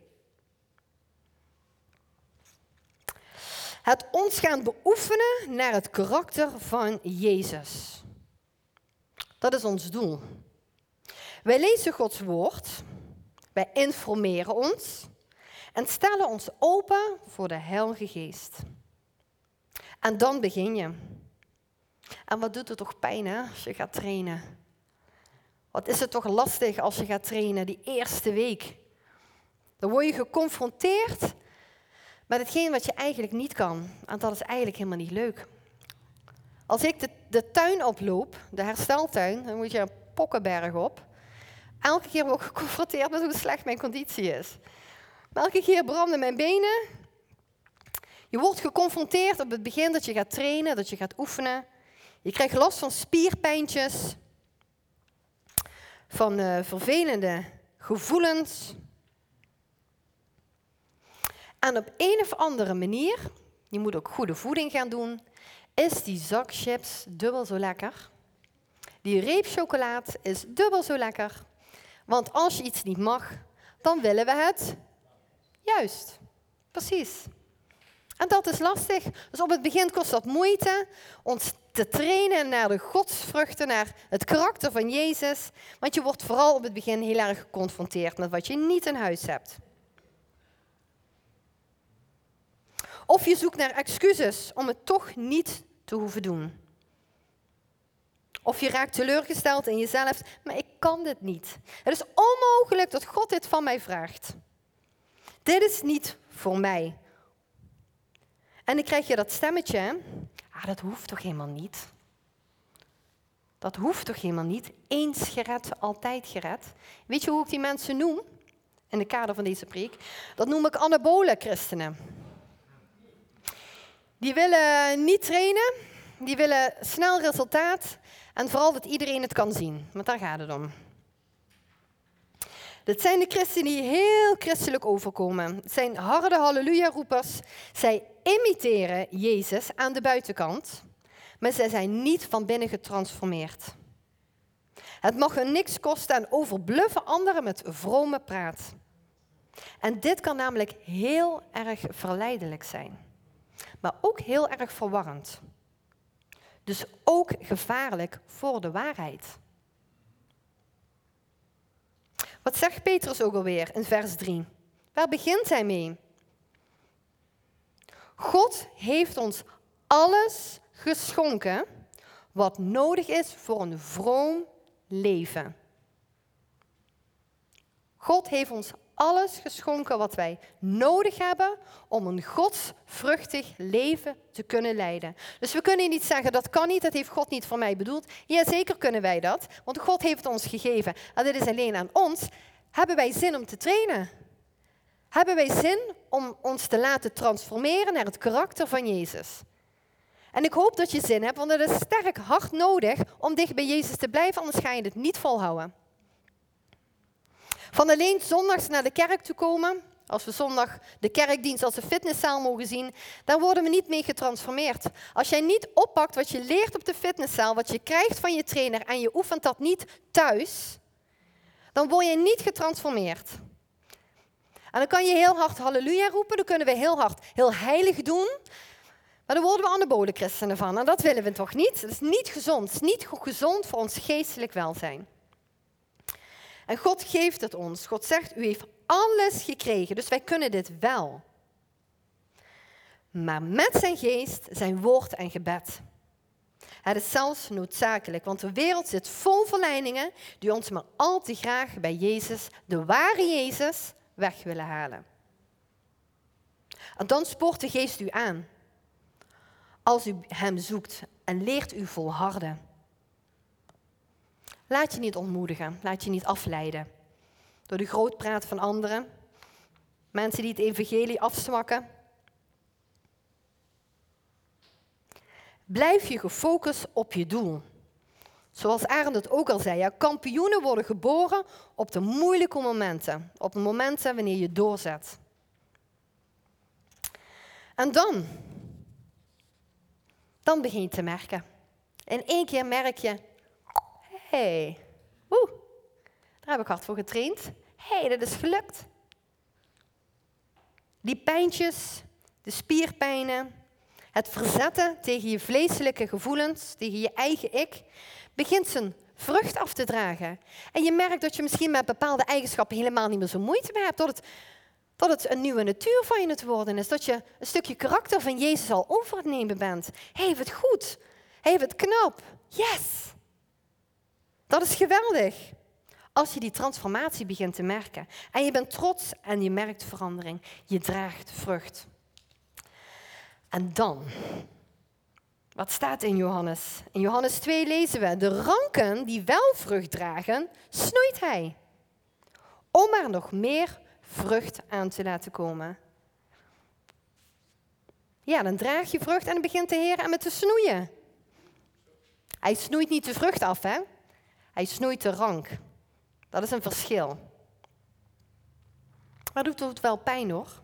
Het ons gaan beoefenen naar het karakter van Jezus. Dat is ons doel. Wij lezen Gods woord. Wij informeren ons. En stellen ons open voor de Heilige Geest. En dan begin je. En wat doet het toch pijn hè, als je gaat trainen? Wat is het toch lastig als je gaat trainen, die eerste week. Dan word je geconfronteerd met hetgeen wat je eigenlijk niet kan. En dat is eigenlijk helemaal niet leuk. Als ik de, de tuin oploop, de hersteltuin, dan moet je een pokkenberg op. Elke keer word ik geconfronteerd met hoe slecht mijn conditie is. Elke keer branden mijn benen. Je wordt geconfronteerd op het begin dat je gaat trainen, dat je gaat oefenen. Je krijgt last van spierpijntjes, van uh, vervelende gevoelens. En op een of andere manier, je moet ook goede voeding gaan doen, is die zak chips dubbel zo lekker. Die reep chocolaat is dubbel zo lekker. Want als je iets niet mag, dan willen we het. Juist, precies. En dat is lastig. Dus op het begin kost dat moeite ons te trainen naar de godsvruchten, naar het karakter van Jezus. Want je wordt vooral op het begin heel erg geconfronteerd met wat je niet in huis hebt. Of je zoekt naar excuses om het toch niet te hoeven doen. Of je raakt teleurgesteld in jezelf, maar ik kan dit niet. Het is onmogelijk dat God dit van mij vraagt. Dit is niet voor mij. En dan krijg je dat stemmetje. Ah, dat hoeft toch helemaal niet? Dat hoeft toch helemaal niet? Eens gered, altijd gered. Weet je hoe ik die mensen noem? In de kader van deze preek. Dat noem ik anabole christenen. Die willen niet trainen. Die willen snel resultaat. En vooral dat iedereen het kan zien. Want daar gaat het om. Dat zijn de christenen die heel christelijk overkomen. Het zijn harde halleluja-roepers. Zij imiteren Jezus aan de buitenkant, maar zij zijn niet van binnen getransformeerd. Het mag hun niks kosten en overbluffen anderen met vrome praat. En dit kan namelijk heel erg verleidelijk zijn, maar ook heel erg verwarrend. Dus ook gevaarlijk voor de waarheid. Wat zegt Petrus ook alweer in vers drie? Waar begint hij mee? God heeft ons alles geschonken wat nodig is voor een vroom leven. God heeft ons alles geschonken wat wij nodig hebben om een godsvruchtig leven te kunnen leiden. Dus we kunnen niet zeggen, dat kan niet, dat heeft God niet voor mij bedoeld. Ja, zeker kunnen wij dat, want God heeft het ons gegeven. En dit is alleen aan ons. Hebben wij zin om te trainen? Hebben wij zin om ons te laten transformeren naar het karakter van Jezus? En ik hoop dat je zin hebt, want het is sterk hard nodig om dicht bij Jezus te blijven, anders ga je het niet volhouden. Van alleen zondags naar de kerk te komen, als we zondag de kerkdienst als een fitnesszaal mogen zien, daar worden we niet mee getransformeerd. Als jij niet oppakt wat je leert op de fitnesszaal, wat je krijgt van je trainer en je oefent dat niet thuis, dan word je niet getransformeerd. En dan kan je heel hard halleluja roepen, dan kunnen we heel hard, heel heilig doen. Maar dan worden we anabole christenen van. En dat willen we toch niet? Dat is niet gezond. Het is niet gezond voor ons geestelijk welzijn. En God geeft het ons. God zegt, u heeft alles gekregen, dus wij kunnen dit wel. Maar met zijn geest, zijn woord en gebed. Het is zelfs noodzakelijk, want de wereld zit vol verleidingen die ons maar al te graag bij Jezus, de ware Jezus, weg willen halen. En dan spoort de geest u aan. Als u hem zoekt en leert u volharden. Laat je niet ontmoedigen, laat je niet afleiden. Door de grootpraat van anderen. Mensen die het evangelie afzwakken. Blijf je gefocust op je doel. Zoals Arend het ook al zei, ja, kampioenen worden geboren op de moeilijke momenten. Op de momenten wanneer je doorzet. En dan, dan begin je te merken. In één keer merk je, hé, hey, woe, daar heb ik hard voor getraind. Hé, hey, dat is gelukt. Die pijntjes, de spierpijnen, het verzetten tegen je vleeselijke gevoelens, tegen je eigen ik, begint zijn vrucht af te dragen. En je merkt dat je misschien met bepaalde eigenschappen helemaal niet meer zo moeite mee hebt. Dat het, dat het een nieuwe natuur van je aan het worden is. Dat je een stukje karakter van Jezus al over het nemen bent. Hij heeft het goed. Hij heeft het knap. Yes! Dat is geweldig. Als je die transformatie begint te merken. En je bent trots en je merkt verandering. Je draagt vrucht. En dan, wat staat in Johannes? In Johannes twee lezen we, de ranken die wel vrucht dragen, snoeit hij. Om er nog meer vrucht aan te laten komen. Ja, dan draag je vrucht en dan begint de Heer aan met te snoeien. Hij snoeit niet de vrucht af, hè? Hij snoeit de rank. Dat is een verschil. Maar doet het wel pijn, hoor.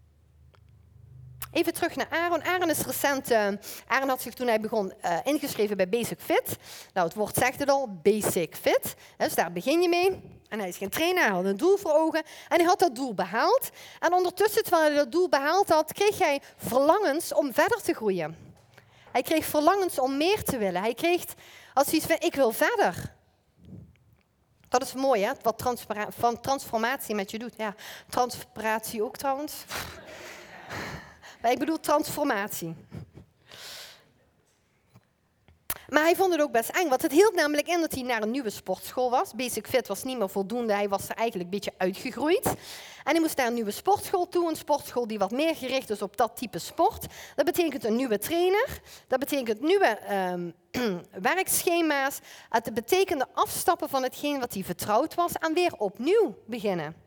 Even terug naar Aaron. Aaron is recent, uh, Aaron had zich toen hij begon uh, ingeschreven bij Basic Fit. Nou, het woord zegt het al, Basic Fit. Dus daar begin je mee. En hij is geen trainer, hij had een doel voor ogen. En hij had dat doel behaald. En ondertussen, terwijl hij dat doel behaald had, kreeg hij verlangens om verder te groeien. Hij kreeg verlangens om meer te willen. Hij kreeg als iets van, ik wil verder. Dat is mooi, hè? Wat transpora- van transformatie met je doet. Ja, transpiratie ook trouwens. Maar ik bedoel transformatie. Maar hij vond het ook best eng, want het hield namelijk in dat hij naar een nieuwe sportschool was. Basic Fit was niet meer voldoende, hij was er eigenlijk een beetje uitgegroeid. En hij moest naar een nieuwe sportschool toe, een sportschool die wat meer gericht is op dat type sport. Dat betekent een nieuwe trainer, dat betekent nieuwe um, werkschema's. Het betekende afstappen van hetgeen wat hij vertrouwd was en weer opnieuw beginnen.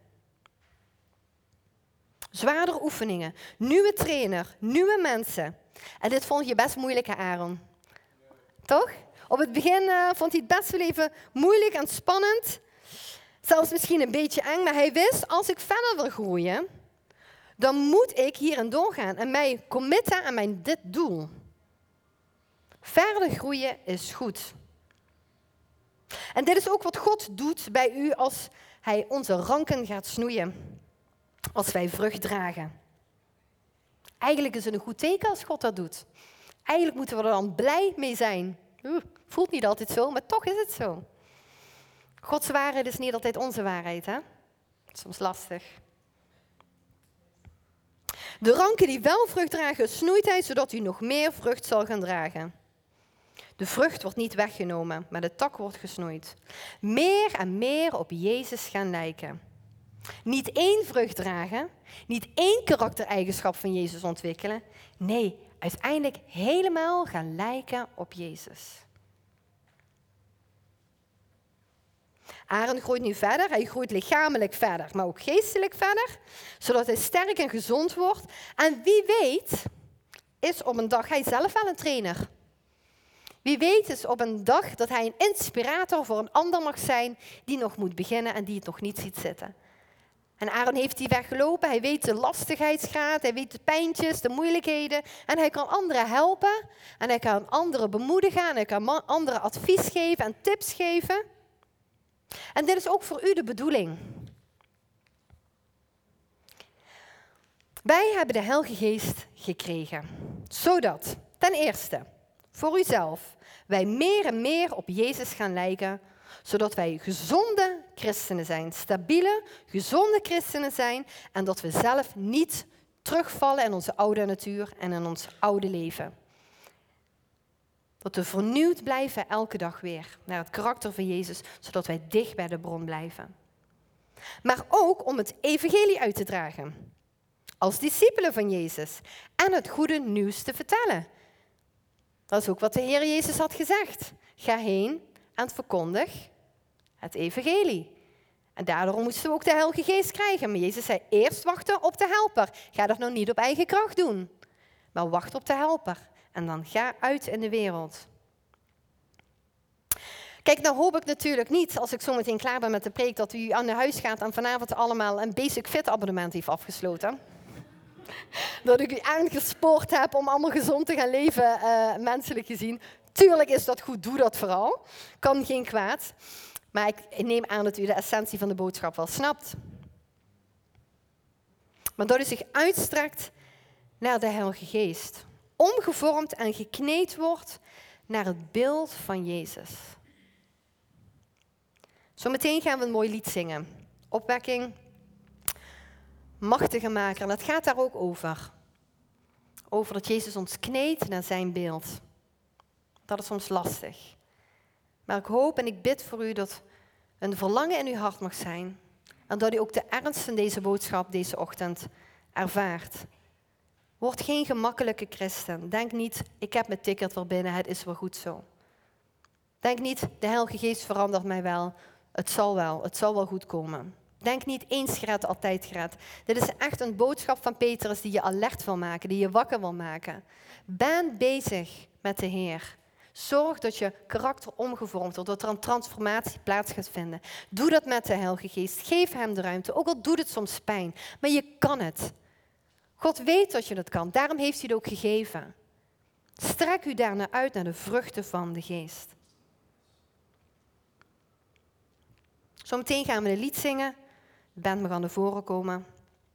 Zwaardere oefeningen, nieuwe trainer, nieuwe mensen. En dit vond je best moeilijk, hè, Aaron? Toch? Op het begin uh, vond hij het best wel even moeilijk en spannend. Zelfs misschien een beetje eng, maar hij wist, als ik verder wil groeien, dan moet ik hierin doorgaan en mij committen aan mijn dit doel. Verder groeien is goed. En dit is ook wat God doet bij u als hij onze ranken gaat snoeien. Als wij vrucht dragen. Eigenlijk is het een goed teken als God dat doet. Eigenlijk moeten we er dan blij mee zijn. Oeh, voelt niet altijd zo, maar toch is het zo. Gods waarheid is niet altijd onze waarheid, hè? Soms lastig. De ranken die wel vrucht dragen, snoeit hij, zodat u nog meer vrucht zal gaan dragen. De vrucht wordt niet weggenomen, maar de tak wordt gesnoeid. Meer en meer op Jezus gaan lijken. Niet één vrucht dragen, niet één karaktereigenschap van Jezus ontwikkelen. Nee, uiteindelijk helemaal gaan lijken op Jezus. Aaron groeit nu verder, hij groeit lichamelijk verder, maar ook geestelijk verder, zodat hij sterk en gezond wordt. En wie weet is op een dag hij zelf wel een trainer. Wie weet is op een dag dat hij een inspirator voor een ander mag zijn die nog moet beginnen en die het nog niet ziet zitten. En Aaron heeft die weg gelopen, hij weet de lastigheidsgraad, hij weet de pijntjes, de moeilijkheden. En hij kan anderen helpen en hij kan anderen bemoedigen en hij kan anderen advies geven en tips geven. En dit is ook voor u de bedoeling. Wij hebben de Heilige Geest gekregen, zodat, ten eerste, voor uzelf, wij meer en meer op Jezus gaan lijken, zodat wij gezonde christenen zijn, stabiele, gezonde christenen zijn en dat we zelf niet terugvallen in onze oude natuur en in ons oude leven. Dat we vernieuwd blijven elke dag weer naar het karakter van Jezus, zodat wij dicht bij de bron blijven. Maar ook om het evangelie uit te dragen, als discipelen van Jezus en het goede nieuws te vertellen. Dat is ook wat de Heer Jezus had gezegd. Ga heen en verkondig het evangelie. En daardoor moesten we ook de Heilige Geest krijgen. Maar Jezus zei eerst wachten op de helper. Ga dat nou niet op eigen kracht doen. Maar wacht op de helper. En dan ga uit in de wereld. Kijk, nou hoop ik natuurlijk niet, als ik zo meteen klaar ben met de preek, dat u aan de huis gaat en vanavond allemaal een Basic Fit abonnement heeft afgesloten. Dat ik u aangespoord heb om allemaal gezond te gaan leven, uh, menselijk gezien. Tuurlijk is dat goed, doe dat vooral. Kan geen kwaad. Maar ik neem aan dat u de essentie van de boodschap wel snapt. Maar dat u zich uitstrekt naar de Heilige Geest. Omgevormd en gekneed wordt naar het beeld van Jezus. Zometeen gaan we een mooi lied zingen. Opwekking, machtige maker. En dat gaat daar ook over. Over dat Jezus ons kneedt naar zijn beeld. Dat is soms lastig. Maar ik hoop en ik bid voor u dat een verlangen in uw hart mag zijn. En dat u ook de ernst van deze boodschap deze ochtend ervaart. Word geen gemakkelijke christen. Denk niet, ik heb mijn ticket wel binnen, het is wel goed zo. Denk niet, de Heilige Geest verandert mij wel. Het zal wel, het zal wel goed komen. Denk niet eens gered, altijd gered. Dit is echt een boodschap van Petrus die je alert wil maken, die je wakker wil maken. Ben bezig met de Heer. Zorg dat je karakter omgevormd wordt, dat er een transformatie plaats gaat vinden. Doe dat met de Heilige Geest. Geef hem de ruimte, ook al doet het soms pijn. Maar je kan het. God weet dat je dat kan, daarom heeft hij het ook gegeven. Strek u daarna uit naar de vruchten van de Geest. Zometeen gaan we een lied zingen. De band mag aan de voren komen.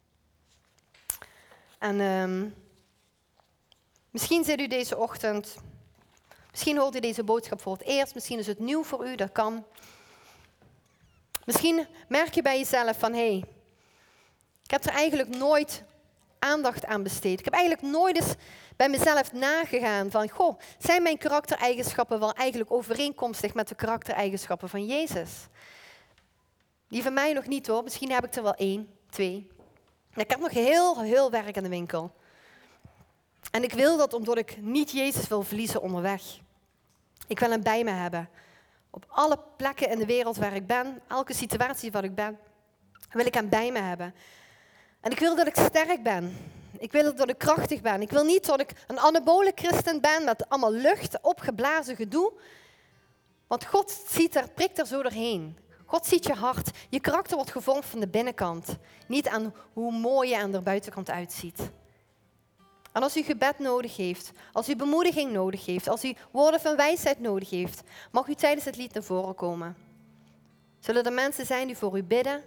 En um, misschien zit u deze ochtend, misschien hoort u deze boodschap voor het eerst, misschien is het nieuw voor u, dat kan. Misschien merk je bij jezelf van, hé, hey, ik heb er eigenlijk nooit aandacht aan besteed. Ik heb eigenlijk nooit eens bij mezelf nagegaan van, goh, zijn mijn karaktereigenschappen wel eigenlijk overeenkomstig met de karaktereigenschappen van Jezus? Die van mij nog niet hoor, misschien heb ik er wel één, twee. Maar ik heb nog heel, heel werk aan de winkel. En ik wil dat omdat ik niet Jezus wil verliezen onderweg. Ik wil hem bij me hebben. Op alle plekken in de wereld waar ik ben, elke situatie waar ik ben, wil ik hem bij me hebben. En ik wil dat ik sterk ben. Ik wil dat ik krachtig ben. Ik wil niet dat ik een anabole christen ben met allemaal lucht, opgeblazen gedoe. Want God ziet er, prikt er zo doorheen. God ziet je hart. Je karakter wordt gevormd van de binnenkant. Niet aan hoe mooi je aan de buitenkant uitziet. En als u gebed nodig heeft, als u bemoediging nodig heeft, als u woorden van wijsheid nodig heeft, mag u tijdens het lied naar voren komen. Zullen er mensen zijn die voor u bidden?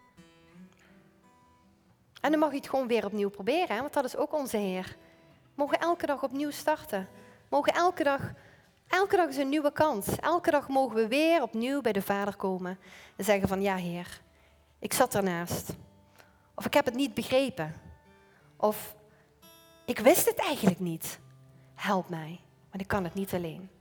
En dan mag u het gewoon weer opnieuw proberen, hè? Want dat is ook onze Heer. We mogen elke dag opnieuw starten. We mogen elke dag, elke dag is een nieuwe kans. Elke dag mogen we weer opnieuw bij de Vader komen en zeggen van, ja Heer, ik zat ernaast. Of ik heb het niet begrepen. Of ik wist het eigenlijk niet. Help mij, want ik kan het niet alleen.